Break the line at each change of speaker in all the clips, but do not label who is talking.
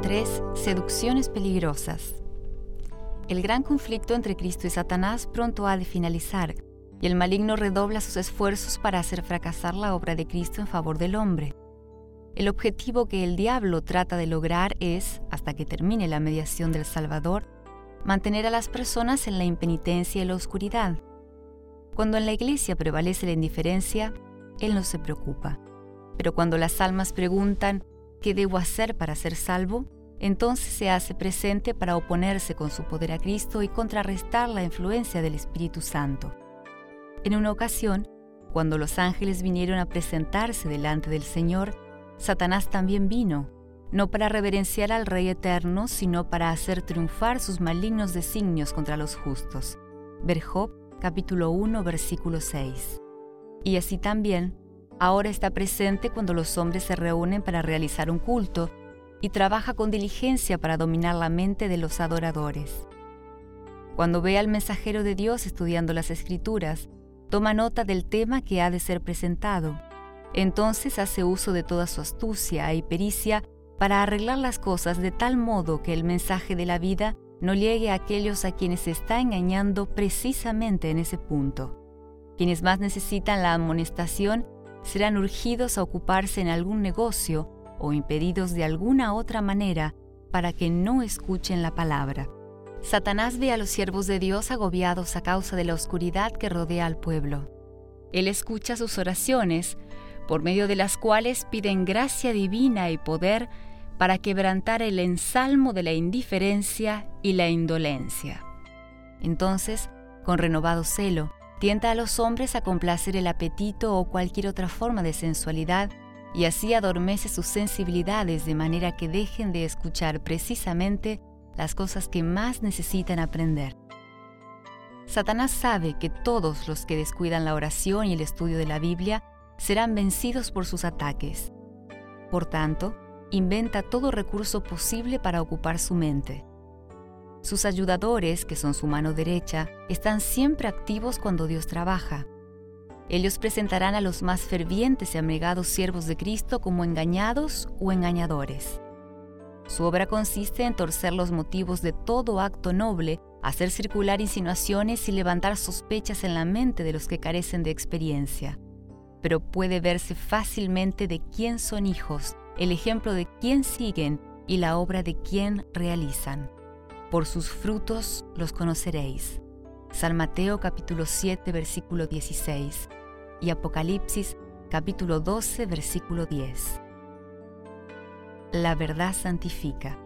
3. Seducciones peligrosas. El gran conflicto entre Cristo y Satanás pronto ha de finalizar, y el maligno redobla sus esfuerzos para hacer fracasar la obra de Cristo en favor del hombre. El objetivo que el diablo trata de lograr es, hasta que termine la mediación del Salvador, mantener a las personas en la impenitencia y la oscuridad. Cuando en la iglesia prevalece la indiferencia, él no se preocupa. Pero cuando las almas preguntan ¿qué debo hacer para ser salvo?, entonces se hace presente para oponerse con su poder a Cristo y contrarrestar la influencia del Espíritu Santo. En una ocasión, cuando los ángeles vinieron a presentarse delante del Señor, Satanás también vino, no para reverenciar al Rey Eterno, sino para hacer triunfar sus malignos designios contra los justos. Ver Job, capítulo 1, versículo 6. Y así también, ahora está presente cuando los hombres se reúnen para realizar un culto y trabaja con diligencia para dominar la mente de los adoradores. Cuando ve al mensajero de Dios estudiando las Escrituras, toma nota del tema que ha de ser presentado. Entonces hace uso de toda su astucia y pericia para arreglar las cosas de tal modo que el mensaje de la vida no llegue a aquellos a quienes se está engañando precisamente en ese punto. Quienes más necesitan la amonestación serán urgidos a ocuparse en algún negocio o impedidos de alguna otra manera para que no escuchen la palabra. Satanás ve a los siervos de Dios agobiados a causa de la oscuridad que rodea al pueblo. Él escucha sus oraciones, por medio de las cuales piden gracia divina y poder para quebrantar el ensalmo de la indiferencia y la indolencia. Entonces, con renovado celo, tienta a los hombres a complacer el apetito o cualquier otra forma de sensualidad y así adormece sus sensibilidades de manera que dejen de escuchar precisamente las cosas que más necesitan aprender. Satanás sabe que todos los que descuidan la oración y el estudio de la Biblia serán vencidos por sus ataques. Por tanto, inventa todo recurso posible para ocupar su mente. Sus ayudadores, que son su mano derecha, están siempre activos cuando Dios trabaja. Ellos presentarán a los más fervientes y abnegados siervos de Cristo como engañados o engañadores. Su obra consiste en torcer los motivos de todo acto noble, hacer circular insinuaciones y levantar sospechas en la mente de los que carecen de experiencia. Pero puede verse fácilmente de quién son hijos, el ejemplo de quién siguen y la obra de quién realizan. Por sus frutos los conoceréis. San Mateo capítulo 7, versículo 16 y Apocalipsis capítulo 12, versículo 10. La verdad santifica.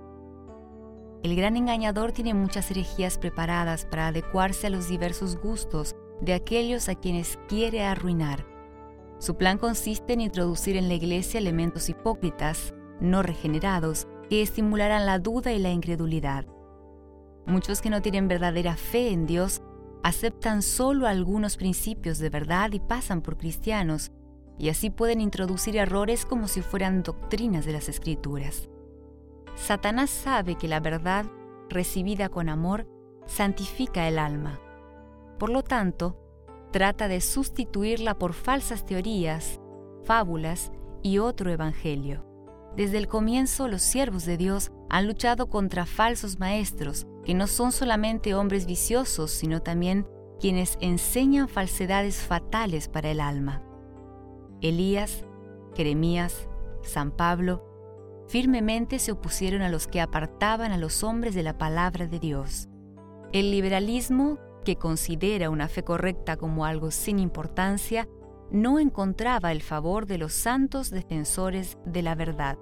El gran engañador tiene muchas herejías preparadas para adecuarse a los diversos gustos de aquellos a quienes quiere arruinar. Su plan consiste en introducir en la iglesia elementos hipócritas, no regenerados, que estimularán la duda y la incredulidad. Muchos que no tienen verdadera fe en Dios aceptan solo algunos principios de verdad y pasan por cristianos, y así pueden introducir errores como si fueran doctrinas de las Escrituras. Satanás sabe que la verdad, recibida con amor, santifica el alma. Por lo tanto, trata de sustituirla por falsas teorías, fábulas y otro evangelio. Desde el comienzo, los siervos de Dios han luchado contra falsos maestros, que no son solamente hombres viciosos, sino también quienes enseñan falsedades fatales para el alma. Elías, Jeremías, San Pablo, firmemente se opusieron a los que apartaban a los hombres de la palabra de Dios. El liberalismo, que considera una fe correcta como algo sin importancia, no encontraba el favor de los santos defensores de la verdad.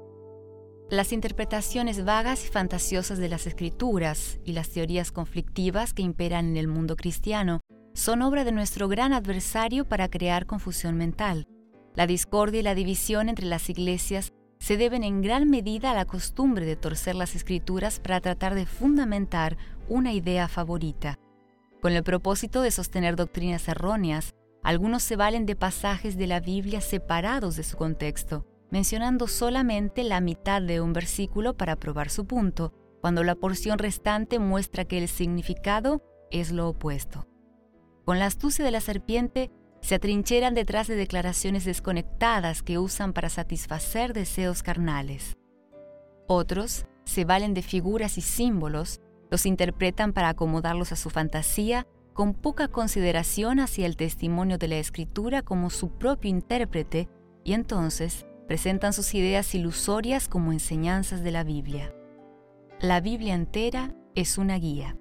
Las interpretaciones vagas y fantasiosas de las Escrituras y las teorías conflictivas que imperan en el mundo cristiano son obra de nuestro gran adversario para crear confusión mental. La discordia y la división entre las iglesias se deben en gran medida a la costumbre de torcer las Escrituras para tratar de fundamentar una idea favorita. Con el propósito de sostener doctrinas erróneas, algunos se valen de pasajes de la Biblia separados de su contexto, mencionando solamente la mitad de un versículo para probar su punto, cuando la porción restante muestra que el significado es lo opuesto. Con la astucia de la serpiente, se atrincheran detrás de declaraciones desconectadas que usan para satisfacer deseos carnales. Otros se valen de figuras y símbolos, los interpretan para acomodarlos a su fantasía, con poca consideración hacia el testimonio de la Escritura como su propio intérprete, y entonces presentan sus ideas ilusorias como enseñanzas de la Biblia. La Biblia entera es una guía.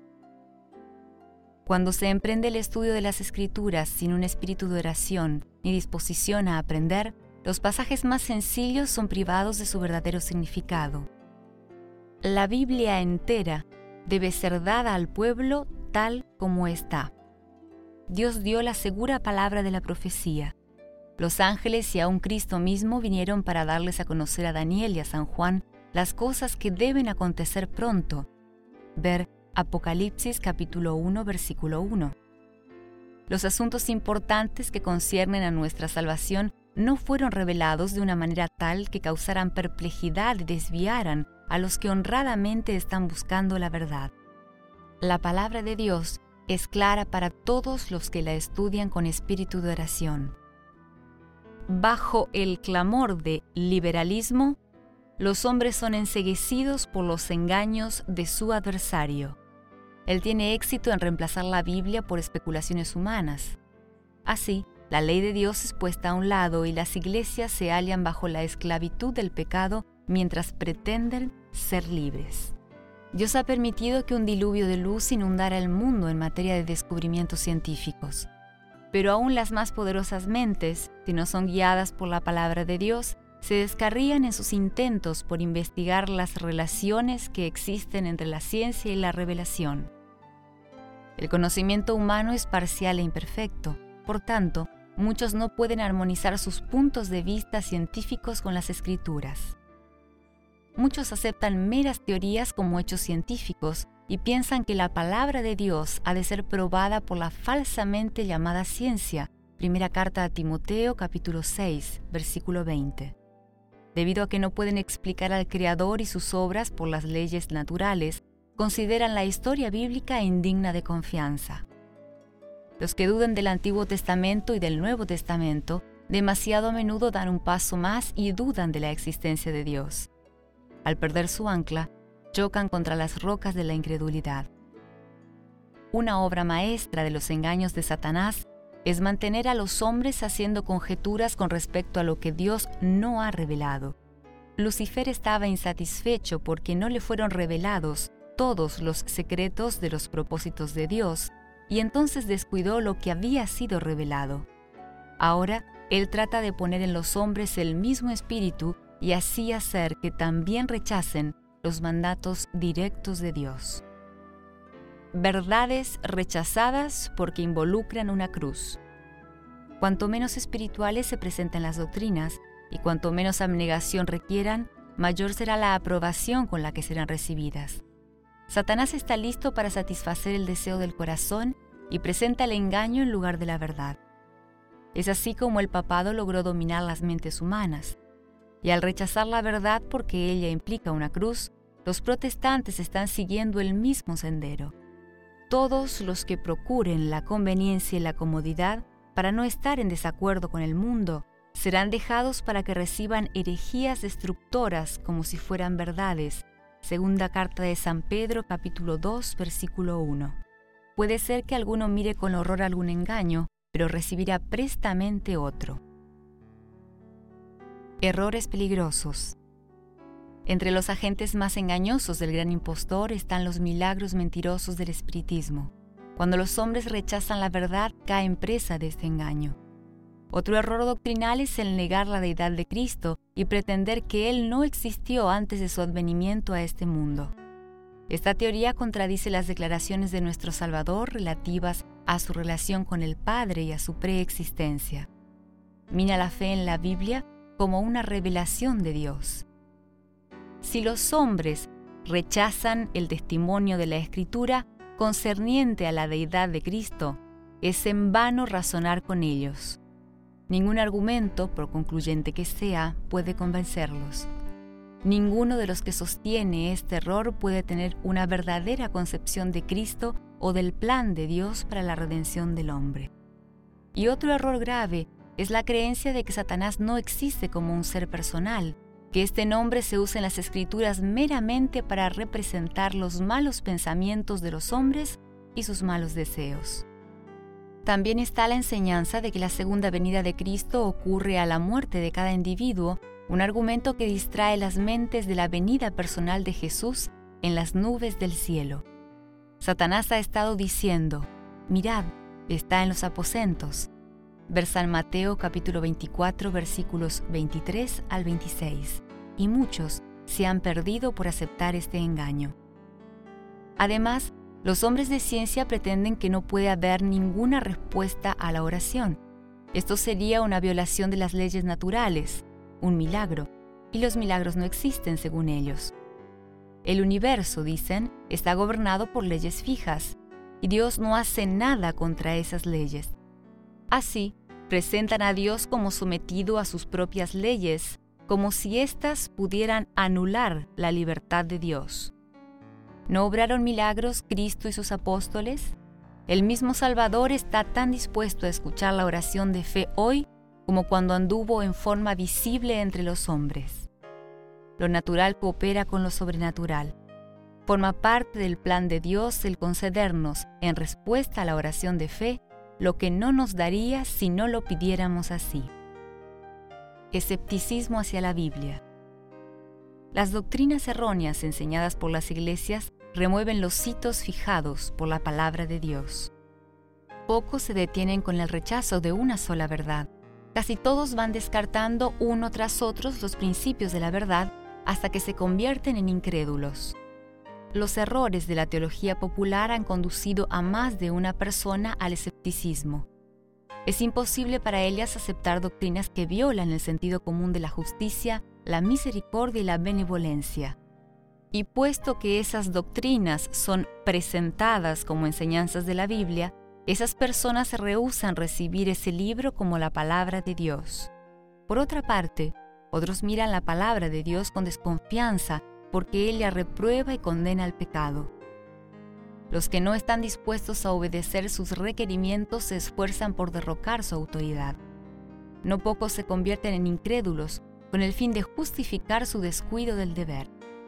Cuando se emprende el estudio de las Escrituras sin un espíritu de oración ni disposición a aprender, los pasajes más sencillos son privados de su verdadero significado. La Biblia entera debe ser dada al pueblo tal como está. Dios dio la segura palabra de la profecía. Los ángeles y aún Cristo mismo vinieron para darles a conocer a Daniel y a San Juan las cosas que deben acontecer pronto. Ver Apocalipsis capítulo 1, versículo 1. Los asuntos importantes que conciernen a nuestra salvación no fueron revelados de una manera tal que causaran perplejidad y desviaran a los que honradamente están buscando la verdad. La palabra de Dios es clara para todos los que la estudian con espíritu de oración. Bajo el clamor de liberalismo, los hombres son enceguecidos por los engaños de su adversario. Él tiene éxito en reemplazar la Biblia por especulaciones humanas. Así, la ley de Dios es puesta a un lado y las iglesias se hallan bajo la esclavitud del pecado mientras pretenden ser libres. Dios ha permitido que un diluvio de luz inundara el mundo en materia de descubrimientos científicos. Pero aún las más poderosas mentes, si no son guiadas por la palabra de Dios, se descarrían en sus intentos por investigar las relaciones que existen entre la ciencia y la revelación. El conocimiento humano es parcial e imperfecto, por tanto, muchos no pueden armonizar sus puntos de vista científicos con las Escrituras. Muchos aceptan meras teorías como hechos científicos y piensan que la palabra de Dios ha de ser probada por la falsamente llamada ciencia. Primera carta a Timoteo, capítulo 6, versículo 20. Debido a que no pueden explicar al Creador y sus obras por las leyes naturales, consideran la historia bíblica indigna de confianza. Los que dudan del Antiguo Testamento y del Nuevo Testamento, demasiado a menudo dan un paso más y dudan de la existencia de Dios. Al perder su ancla, chocan contra las rocas de la incredulidad. Una obra maestra de los engaños de Satanás es mantener a los hombres haciendo conjeturas con respecto a lo que Dios no ha revelado. Lucifer estaba insatisfecho porque no le fueron revelados todos los secretos de los propósitos de Dios, y entonces descuidó lo que había sido revelado. Ahora, él trata de poner en los hombres el mismo espíritu y así hacer que también rechacen los mandatos directos de Dios. Verdades rechazadas porque involucran una cruz. Cuanto menos espirituales se presenten las doctrinas y cuanto menos abnegación requieran, mayor será la aprobación con la que serán recibidas. Satanás está listo para satisfacer el deseo del corazón y presenta el engaño en lugar de la verdad. Es así como el papado logró dominar las mentes humanas. Y al rechazar la verdad porque ella implica una cruz, los protestantes están siguiendo el mismo sendero. Todos los que procuren la conveniencia y la comodidad para no estar en desacuerdo con el mundo, serán dejados para que reciban herejías destructoras como si fueran verdades. Segunda carta de San Pedro, capítulo 2, versículo 1. Puede ser que alguno mire con horror algún engaño, pero recibirá prestamente otro. Errores peligrosos. Entre los agentes más engañosos del gran impostor están los milagros mentirosos del espiritismo. Cuando los hombres rechazan la verdad, caen presa de este engaño. Otro error doctrinal es el negar la deidad de Cristo y pretender que Él no existió antes de su advenimiento a este mundo. Esta teoría contradice las declaraciones de nuestro Salvador relativas a su relación con el Padre y a su preexistencia. Mina la fe en la Biblia como una revelación de Dios. Si los hombres rechazan el testimonio de la Escritura concerniente a la deidad de Cristo, es en vano razonar con ellos. Ningún argumento, por concluyente que sea, puede convencerlos. Ninguno de los que sostiene este error puede tener una verdadera concepción de Cristo o del plan de Dios para la redención del hombre. Y otro error grave es la creencia de que Satanás no existe como un ser personal, que este nombre se usa en las Escrituras meramente para representar los malos pensamientos de los hombres y sus malos deseos. También está la enseñanza de que la segunda venida de Cristo ocurre a la muerte de cada individuo, un argumento que distrae las mentes de la venida personal de Jesús en las nubes del cielo. Satanás ha estado diciendo: «Mirad, está en los aposentos». Ver San Mateo capítulo 24, versículos 23 al 26. Y muchos se han perdido por aceptar este engaño. Además, los hombres de ciencia pretenden que no puede haber ninguna respuesta a la oración. Esto sería una violación de las leyes naturales, un milagro, y los milagros no existen según ellos. El universo, dicen, está gobernado por leyes fijas, y Dios no hace nada contra esas leyes. Así, presentan a Dios como sometido a sus propias leyes, como si éstas pudieran anular la libertad de Dios. ¿No obraron milagros Cristo y sus apóstoles? El mismo Salvador está tan dispuesto a escuchar la oración de fe hoy como cuando anduvo en forma visible entre los hombres. Lo natural coopera con lo sobrenatural. Forma parte del plan de Dios el concedernos, en respuesta a la oración de fe, lo que no nos daría si no lo pidiéramos así. Escepticismo hacia la Biblia. Las doctrinas erróneas enseñadas por las iglesias remueven los hitos fijados por la palabra de Dios. Pocos se detienen con el rechazo de una sola verdad. Casi todos van descartando uno tras otro los principios de la verdad hasta que se convierten en incrédulos. Los errores de la teología popular han conducido a más de una persona al escepticismo. Es imposible para ellas aceptar doctrinas que violan el sentido común de la justicia, la misericordia y la benevolencia. Y puesto que esas doctrinas son presentadas como enseñanzas de la Biblia, esas personas se rehúsan recibir ese libro como la palabra de Dios. Por otra parte, otros miran la palabra de Dios con desconfianza porque ella reprueba y condena el pecado. Los que no están dispuestos a obedecer sus requerimientos se esfuerzan por derrocar su autoridad. No pocos se convierten en incrédulos con el fin de justificar su descuido del deber.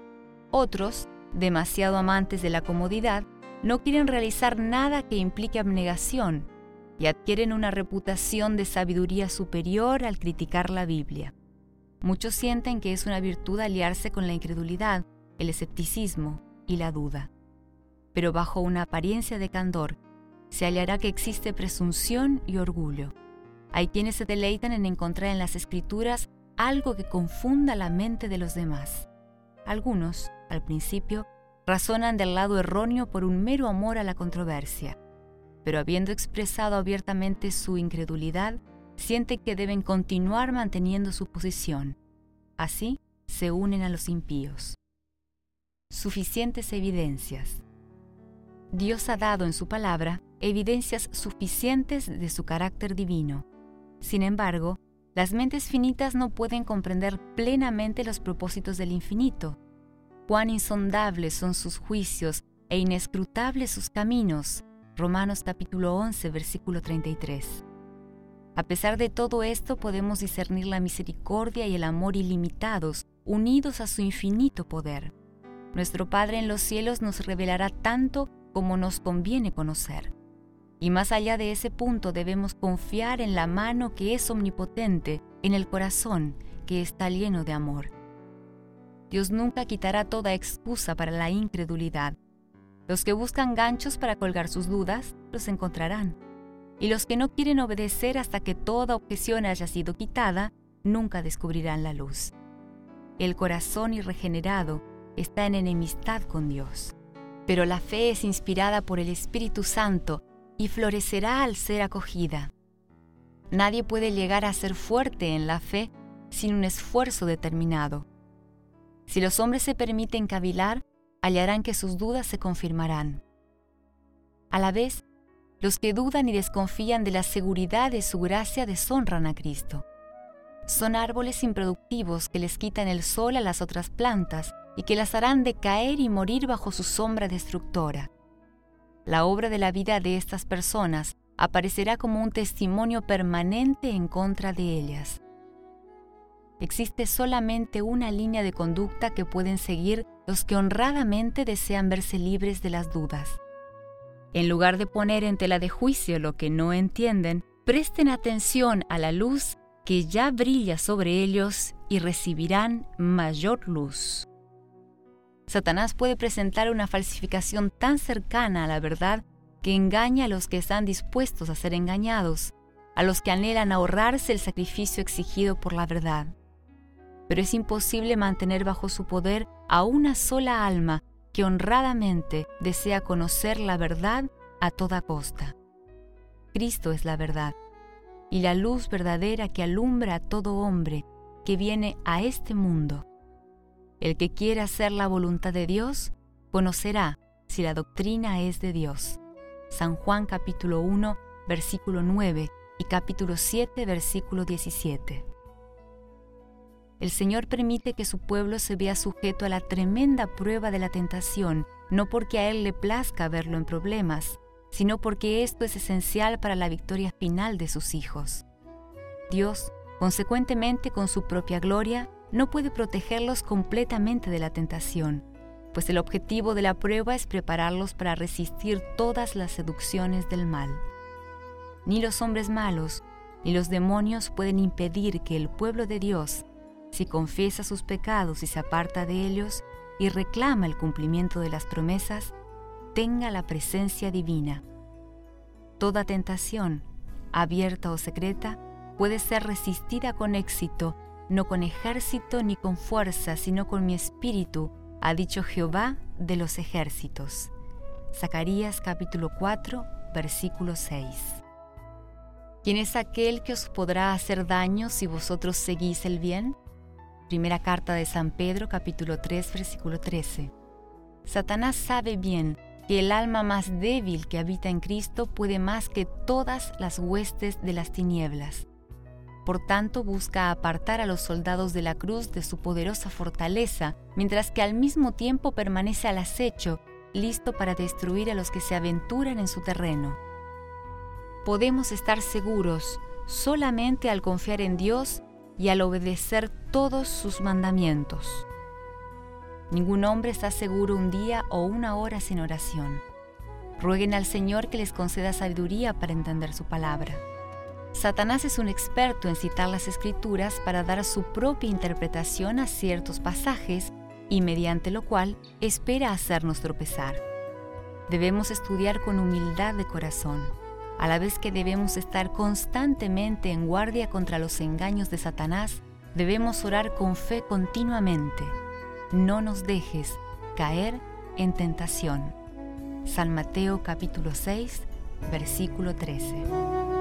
Otros, demasiado amantes de la comodidad, no quieren realizar nada que implique abnegación y adquieren una reputación de sabiduría superior al criticar la Biblia. Muchos sienten que es una virtud aliarse con la incredulidad, el escepticismo y la duda. Pero bajo una apariencia de candor, se hallará que existe presunción y orgullo. Hay quienes se deleitan en encontrar en las Escrituras algo que confunda la mente de los demás. Algunos, al principio, razonan del lado erróneo por un mero amor a la controversia, pero habiendo expresado abiertamente su incredulidad, sienten que deben continuar manteniendo su posición. Así se unen a los impíos. Suficientes evidencias. Dios ha dado en su palabra evidencias suficientes de su carácter divino. Sin embargo, las mentes finitas no pueden comprender plenamente los propósitos del infinito. Cuán insondables son sus juicios e inescrutables sus caminos. Romanos capítulo 11, versículo 33. A pesar de todo esto, podemos discernir la misericordia y el amor ilimitados, unidos a su infinito poder. Nuestro Padre en los cielos nos revelará tanto como nos conviene conocer. Y más allá de ese punto debemos confiar en la mano que es omnipotente, en el corazón que está lleno de amor. Dios nunca quitará toda excusa para la incredulidad. Los que buscan ganchos para colgar sus dudas, los encontrarán. Y los que no quieren obedecer hasta que toda objeción haya sido quitada, nunca descubrirán la luz. El corazón irregenerado está en enemistad con Dios. Pero la fe es inspirada por el Espíritu Santo y florecerá al ser acogida. Nadie puede llegar a ser fuerte en la fe sin un esfuerzo determinado. Si los hombres se permiten cavilar, hallarán que sus dudas se confirmarán. A la vez, los que dudan y desconfían de la seguridad de su gracia deshonran a Cristo. Son árboles improductivos que les quitan el sol a las otras plantas y que las harán decaer y morir bajo su sombra destructora. La obra de la vida de estas personas aparecerá como un testimonio permanente en contra de ellas. Existe solamente una línea de conducta que pueden seguir los que honradamente desean verse libres de las dudas. En lugar de poner en tela de juicio lo que no entienden, presten atención a la luz que ya brilla sobre ellos y recibirán mayor luz. Satanás puede presentar una falsificación tan cercana a la verdad que engaña a los que están dispuestos a ser engañados, a los que anhelan ahorrarse el sacrificio exigido por la verdad. Pero es imposible mantener bajo su poder a una sola alma que honradamente desea conocer la verdad a toda costa. Cristo es la verdad, y la luz verdadera que alumbra a todo hombre que viene a este mundo. El que quiera hacer la voluntad de Dios, conocerá si la doctrina es de Dios. San Juan capítulo 1, versículo 9 y capítulo 7, versículo 17. El Señor permite que su pueblo se vea sujeto a la tremenda prueba de la tentación, no porque a Él le plazca verlo en problemas, sino porque esto es esencial para la victoria final de sus hijos. Dios, consecuentemente con su propia gloria, no puede protegerlos completamente de la tentación, pues el objetivo de la prueba es prepararlos para resistir todas las seducciones del mal. Ni los hombres malos, ni los demonios pueden impedir que el pueblo de Dios, si confiesa sus pecados y se aparta de ellos y reclama el cumplimiento de las promesas, tenga la presencia divina. Toda tentación, abierta o secreta, puede ser resistida con éxito, no con ejército ni con fuerza, sino con mi espíritu, ha dicho Jehová de los ejércitos. Zacarías capítulo 4, versículo 6. ¿Quién es aquel que os podrá hacer daño si vosotros seguís el bien? Primera carta de San Pedro, capítulo 3, versículo 13. Satanás sabe bien que el alma más débil que habita en Cristo puede más que todas las huestes de las tinieblas. Por tanto, busca apartar a los soldados de la cruz de su poderosa fortaleza, mientras que al mismo tiempo permanece al acecho, listo para destruir a los que se aventuran en su terreno. Podemos estar seguros solamente al confiar en Dios y al obedecer todos sus mandamientos. Ningún hombre está seguro un día o una hora sin oración. Rueguen al Señor que les conceda sabiduría para entender su palabra. Satanás es un experto en citar las Escrituras para dar su propia interpretación a ciertos pasajes y mediante lo cual espera hacernos tropezar. Debemos estudiar con humildad de corazón, a la vez que debemos estar constantemente en guardia contra los engaños de Satanás. Debemos orar con fe continuamente. No nos dejes caer en tentación. San Mateo capítulo 6, versículo 13.